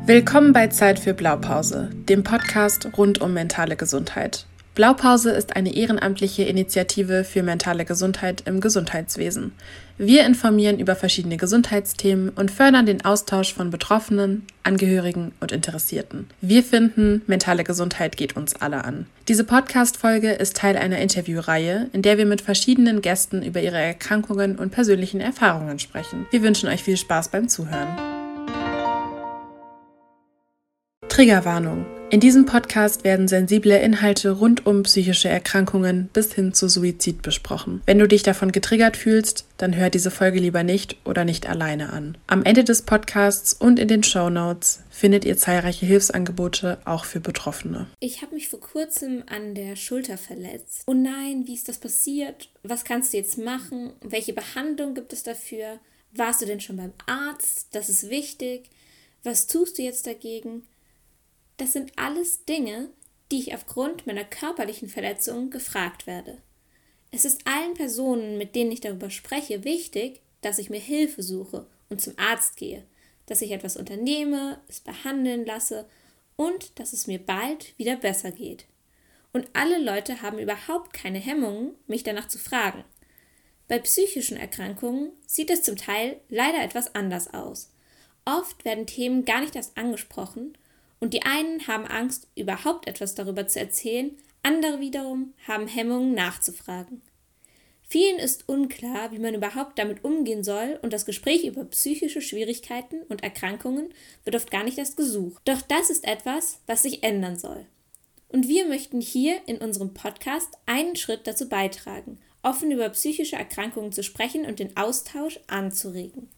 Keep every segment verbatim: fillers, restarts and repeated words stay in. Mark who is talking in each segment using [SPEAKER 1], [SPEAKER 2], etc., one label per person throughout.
[SPEAKER 1] Willkommen bei Zeit für Blaupause, dem Podcast rund um mentale Gesundheit. Blaupause ist eine ehrenamtliche Initiative für mentale Gesundheit im Gesundheitswesen. Wir informieren über verschiedene Gesundheitsthemen und fördern den Austausch von Betroffenen, Angehörigen und Interessierten. Wir finden, mentale Gesundheit geht uns alle an. Diese Podcast-Folge ist Teil einer Interviewreihe, in der wir mit verschiedenen Gästen über ihre Erkrankungen und persönlichen Erfahrungen sprechen. Wir wünschen euch viel Spaß beim Zuhören. Triggerwarnung. In diesem Podcast werden sensible Inhalte rund um psychische Erkrankungen bis hin zu Suizid besprochen. Wenn du dich davon getriggert fühlst, dann hör diese Folge lieber nicht oder nicht alleine an. Am Ende des Podcasts und in den Shownotes findet ihr zahlreiche Hilfsangebote, auch für Betroffene.
[SPEAKER 2] Ich habe mich vor kurzem an der Schulter verletzt. Oh nein, wie ist das passiert? Was kannst du jetzt machen? Welche Behandlung gibt es dafür? Warst du denn schon beim Arzt? Das ist wichtig. Was tust du jetzt dagegen? Das sind alles Dinge, die ich aufgrund meiner körperlichen Verletzung gefragt werde. Es ist allen Personen, mit denen ich darüber spreche, wichtig, dass ich mir Hilfe suche und zum Arzt gehe, dass ich etwas unternehme, es behandeln lasse und dass es mir bald wieder besser geht. Und alle Leute haben überhaupt keine Hemmungen, mich danach zu fragen. Bei psychischen Erkrankungen sieht es zum Teil leider etwas anders aus. Oft werden Themen gar nicht erst angesprochen, und die einen haben Angst, überhaupt etwas darüber zu erzählen, andere wiederum haben Hemmungen nachzufragen. Vielen ist unklar, wie man überhaupt damit umgehen soll, und das Gespräch über psychische Schwierigkeiten und Erkrankungen wird oft gar nicht erst gesucht. Doch das ist etwas, was sich ändern soll. Und wir möchten hier in unserem Podcast einen Schritt dazu beitragen, offen über psychische Erkrankungen zu sprechen und den Austausch anzuregen.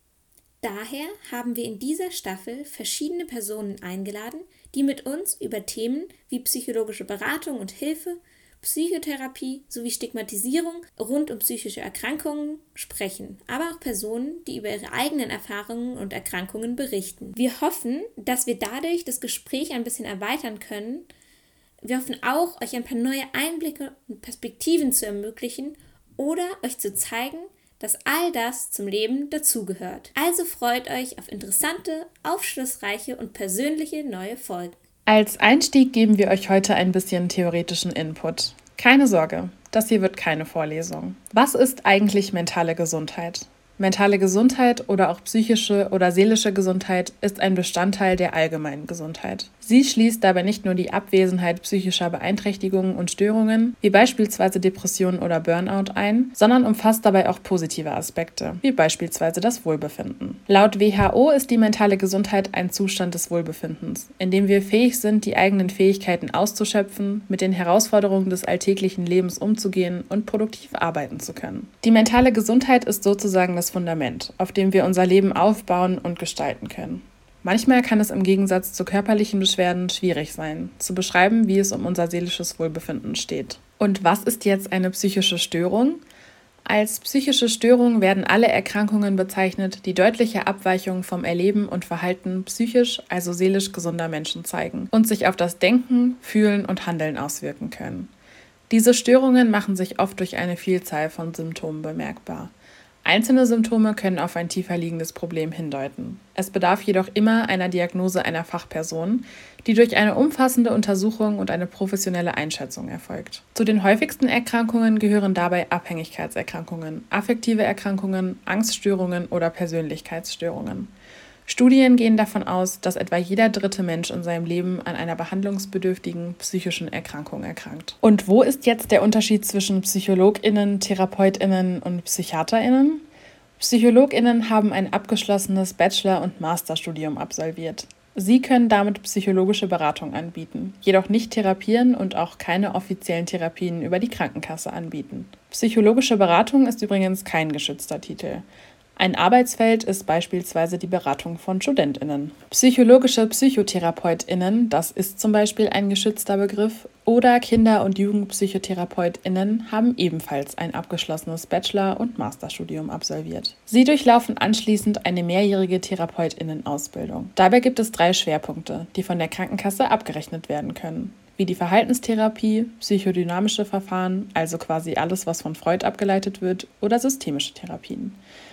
[SPEAKER 2] Daher haben wir in dieser Staffel verschiedene Personen eingeladen, die mit uns über Themen wie psychologische Beratung und Hilfe, Psychotherapie sowie Stigmatisierung rund um psychische Erkrankungen sprechen, aber auch Personen, die über ihre eigenen Erfahrungen und Erkrankungen berichten. Wir hoffen, dass wir dadurch das Gespräch ein bisschen erweitern können. Wir hoffen auch, euch ein paar neue Einblicke und Perspektiven zu ermöglichen oder euch zu zeigen, dass all das zum Leben dazugehört. Also freut euch auf interessante, aufschlussreiche und persönliche neue Folgen.
[SPEAKER 1] Als Einstieg geben wir euch heute ein bisschen theoretischen Input. Keine Sorge, das hier wird keine Vorlesung. Was ist eigentlich mentale Gesundheit? Mentale Gesundheit oder auch psychische oder seelische Gesundheit ist ein Bestandteil der allgemeinen Gesundheit. Sie schließt dabei nicht nur die Abwesenheit psychischer Beeinträchtigungen und Störungen, wie beispielsweise Depressionen oder Burnout ein, sondern umfasst dabei auch positive Aspekte, wie beispielsweise das Wohlbefinden. Laut W H O ist die mentale Gesundheit ein Zustand des Wohlbefindens, in dem wir fähig sind, die eigenen Fähigkeiten auszuschöpfen, mit den Herausforderungen des alltäglichen Lebens umzugehen und produktiv arbeiten zu können. Die mentale Gesundheit ist sozusagen das Fundament, auf dem wir unser Leben aufbauen und gestalten können. Manchmal kann es im Gegensatz zu körperlichen Beschwerden schwierig sein, zu beschreiben, wie es um unser seelisches Wohlbefinden steht. Und was ist jetzt eine psychische Störung? Als psychische Störung werden alle Erkrankungen bezeichnet, die deutliche Abweichungen vom Erleben und Verhalten psychisch, also seelisch gesunder Menschen zeigen und sich auf das Denken, Fühlen und Handeln auswirken können. Diese Störungen machen sich oft durch eine Vielzahl von Symptomen bemerkbar. Einzelne Symptome können auf ein tiefer liegendes Problem hindeuten. Es bedarf jedoch immer einer Diagnose einer Fachperson, die durch eine umfassende Untersuchung und eine professionelle Einschätzung erfolgt. Zu den häufigsten Erkrankungen gehören dabei Abhängigkeitserkrankungen, affektive Erkrankungen, Angststörungen oder Persönlichkeitsstörungen. Studien gehen davon aus, dass etwa jeder dritte Mensch in seinem Leben an einer behandlungsbedürftigen psychischen Erkrankung erkrankt. Und wo ist jetzt der Unterschied zwischen PsychologInnen, TherapeutInnen und PsychiaterInnen? PsychologInnen haben ein abgeschlossenes Bachelor- und Masterstudium absolviert. Sie können damit psychologische Beratung anbieten, jedoch nicht therapieren und auch keine offiziellen Therapien über die Krankenkasse anbieten. Psychologische Beratung ist übrigens kein geschützter Titel. Ein Arbeitsfeld ist beispielsweise die Beratung von StudentInnen. Psychologische PsychotherapeutInnen, das ist zum Beispiel ein geschützter Begriff, oder Kinder- und JugendpsychotherapeutInnen haben ebenfalls ein abgeschlossenes Bachelor- und Masterstudium absolviert. Sie durchlaufen anschließend eine mehrjährige TherapeutInnen-Ausbildung. Dabei gibt es drei Schwerpunkte, die von der Krankenkasse abgerechnet werden können, wie die Verhaltenstherapie, psychodynamische Verfahren, also quasi alles, was von Freud abgeleitet wird, oder systemische Therapien.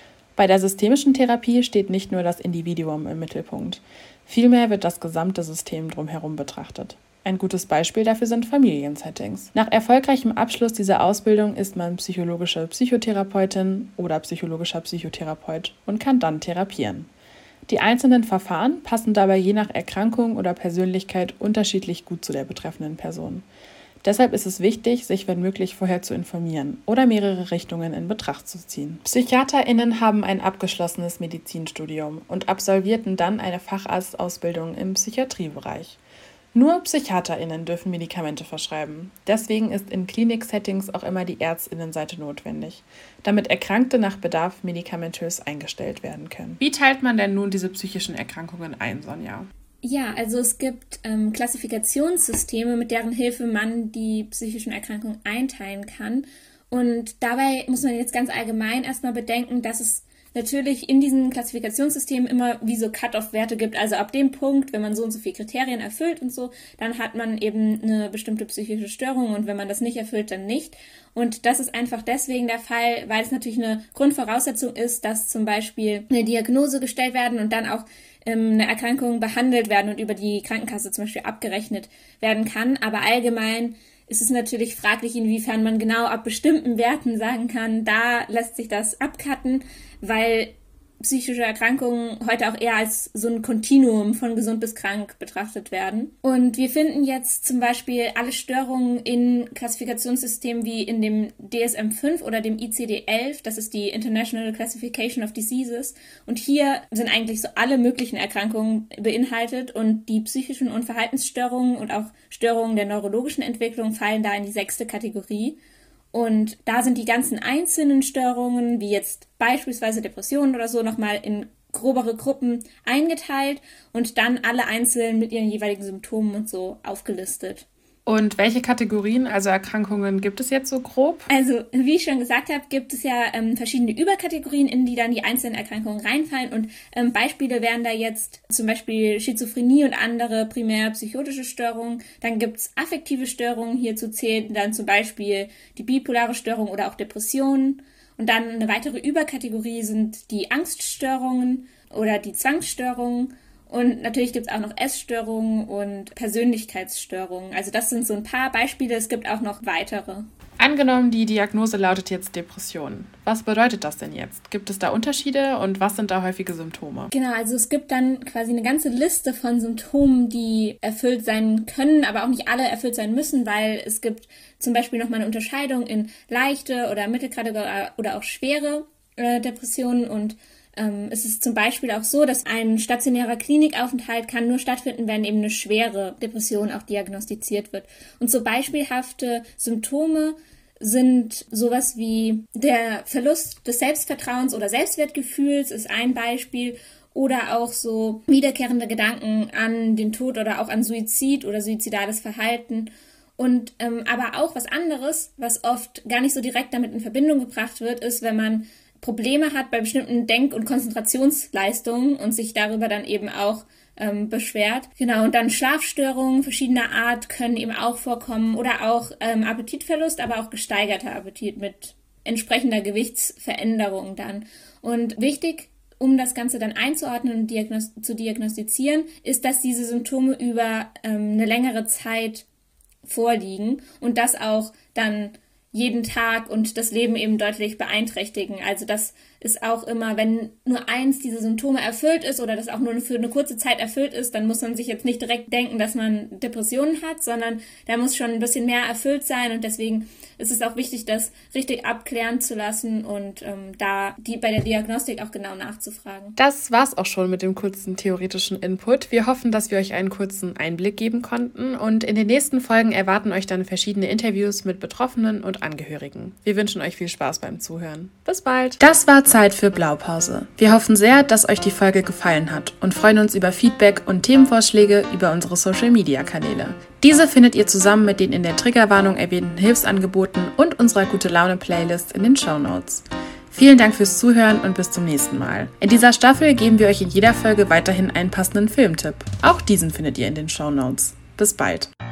[SPEAKER 1] Bei der systemischen Therapie steht nicht nur das Individuum im Mittelpunkt. Vielmehr wird das gesamte System drumherum betrachtet. Ein gutes Beispiel dafür sind Familiensettings. Nach erfolgreichem Abschluss dieser Ausbildung ist man psychologische Psychotherapeutin oder psychologischer Psychotherapeut und kann dann therapieren. Die einzelnen Verfahren passen dabei je nach Erkrankung oder Persönlichkeit unterschiedlich gut zu der betreffenden Person. Deshalb ist es wichtig, sich wenn möglich vorher zu informieren oder mehrere Richtungen in Betracht zu ziehen. PsychiaterInnen haben ein abgeschlossenes Medizinstudium und absolvierten dann eine Facharztausbildung im Psychiatriebereich. Nur PsychiaterInnen dürfen Medikamente verschreiben. Deswegen ist in Klinik-Settings auch immer die ÄrztInnenseite notwendig, damit Erkrankte nach Bedarf medikamentös eingestellt werden können. Wie teilt man denn nun diese psychischen Erkrankungen ein, Sonja?
[SPEAKER 2] Ja, also es gibt ähm, Klassifikationssysteme, mit deren Hilfe man die psychischen Erkrankungen einteilen kann. Und dabei muss man jetzt ganz allgemein erstmal bedenken, dass es natürlich in diesen Klassifikationssystemen immer wie so Cut-off-Werte gibt. Also ab dem Punkt, wenn man so und so viele Kriterien erfüllt und so, dann hat man eben eine bestimmte psychische Störung und wenn man das nicht erfüllt, dann nicht. Und das ist einfach deswegen der Fall, weil es natürlich eine Grundvoraussetzung ist, dass zum Beispiel eine Diagnose gestellt werden und dann auch ähm, eine Erkrankung behandelt werden und über die Krankenkasse zum Beispiel abgerechnet werden kann. Aber allgemein ist es natürlich fraglich, inwiefern man genau ab bestimmten Werten sagen kann, da lässt sich das abcutten, weil psychische Erkrankungen heute auch eher als so ein Kontinuum von gesund bis krank betrachtet werden. Und wir finden jetzt zum Beispiel alle Störungen in Klassifikationssystemen wie in dem D S M fünf oder dem I C D elf, das ist die International Classification of Diseases. Und hier sind eigentlich so alle möglichen Erkrankungen beinhaltet und die psychischen und Verhaltensstörungen und auch Störungen der neurologischen Entwicklung fallen da in die sechste Kategorie. Und da sind die ganzen einzelnen Störungen, wie jetzt beispielsweise Depressionen oder so, nochmal in grobere Gruppen eingeteilt und dann alle einzeln mit ihren jeweiligen Symptomen und so aufgelistet.
[SPEAKER 1] Und welche Kategorien, also Erkrankungen, gibt es jetzt so grob?
[SPEAKER 2] Also, wie ich schon gesagt habe, gibt es ja ähm, verschiedene Überkategorien, in die dann die einzelnen Erkrankungen reinfallen. Und ähm, Beispiele wären da jetzt zum Beispiel Schizophrenie und andere primär psychotische Störungen. Dann gibt es affektive Störungen, hierzu zählen dann zum Beispiel die bipolare Störung oder auch Depressionen. Und dann eine weitere Überkategorie sind die Angststörungen oder die Zwangsstörungen. Und natürlich gibt es auch noch Essstörungen und Persönlichkeitsstörungen. Also das sind so ein paar Beispiele, es gibt auch noch weitere.
[SPEAKER 1] Angenommen, die Diagnose lautet jetzt Depression. Was bedeutet das denn jetzt? Gibt es da Unterschiede und was sind da häufige Symptome?
[SPEAKER 2] Genau, also es gibt dann quasi eine ganze Liste von Symptomen, die erfüllt sein können, aber auch nicht alle erfüllt sein müssen, weil es gibt zum Beispiel nochmal eine Unterscheidung in leichte oder mittelgrade oder auch schwere äh, Depressionen und Ähm, es ist zum Beispiel auch so, dass ein stationärer Klinikaufenthalt kann nur stattfinden, wenn eben eine schwere Depression auch diagnostiziert wird. Und so beispielhafte Symptome sind sowas wie der Verlust des Selbstvertrauens oder Selbstwertgefühls ist ein Beispiel oder auch so wiederkehrende Gedanken an den Tod oder auch an Suizid oder suizidales Verhalten. Und ähm, aber auch was anderes, was oft gar nicht so direkt damit in Verbindung gebracht wird, ist, wenn man Probleme hat bei bestimmten Denk- und Konzentrationsleistungen und sich darüber dann eben auch ähm, beschwert. Genau, und dann Schlafstörungen verschiedener Art können eben auch vorkommen oder auch ähm, Appetitverlust, aber auch gesteigerter Appetit mit entsprechender Gewichtsveränderung dann. Und wichtig, um das Ganze dann einzuordnen und diagnos- zu diagnostizieren, ist, dass diese Symptome über ähm, eine längere Zeit vorliegen und das auch dann jeden Tag und das Leben eben deutlich beeinträchtigen. Also das ist auch immer, wenn nur eins dieser Symptome erfüllt ist oder das auch nur für eine kurze Zeit erfüllt ist, dann muss man sich jetzt nicht direkt denken, dass man Depressionen hat, sondern da muss schon ein bisschen mehr erfüllt sein und deswegen ist es auch wichtig, das richtig abklären zu lassen und ähm, da die bei der Diagnostik auch genau nachzufragen.
[SPEAKER 1] Das war's auch schon mit dem kurzen theoretischen Input. Wir hoffen, dass wir euch einen kurzen Einblick geben konnten und in den nächsten Folgen erwarten euch dann verschiedene Interviews mit Betroffenen und Angehörigen. Wir wünschen euch viel Spaß beim Zuhören. Bis bald! Das war Zeit für Blaupause. Wir hoffen sehr, dass euch die Folge gefallen hat und freuen uns über Feedback und Themenvorschläge über unsere Social-Media-Kanäle. Diese findet ihr zusammen mit den in der Triggerwarnung erwähnten Hilfsangeboten und unserer Gute-Laune-Playlist in den Shownotes. Vielen Dank fürs Zuhören und bis zum nächsten Mal. In dieser Staffel geben wir euch in jeder Folge weiterhin einen passenden Filmtipp. Auch diesen findet ihr in den Shownotes. Bis bald!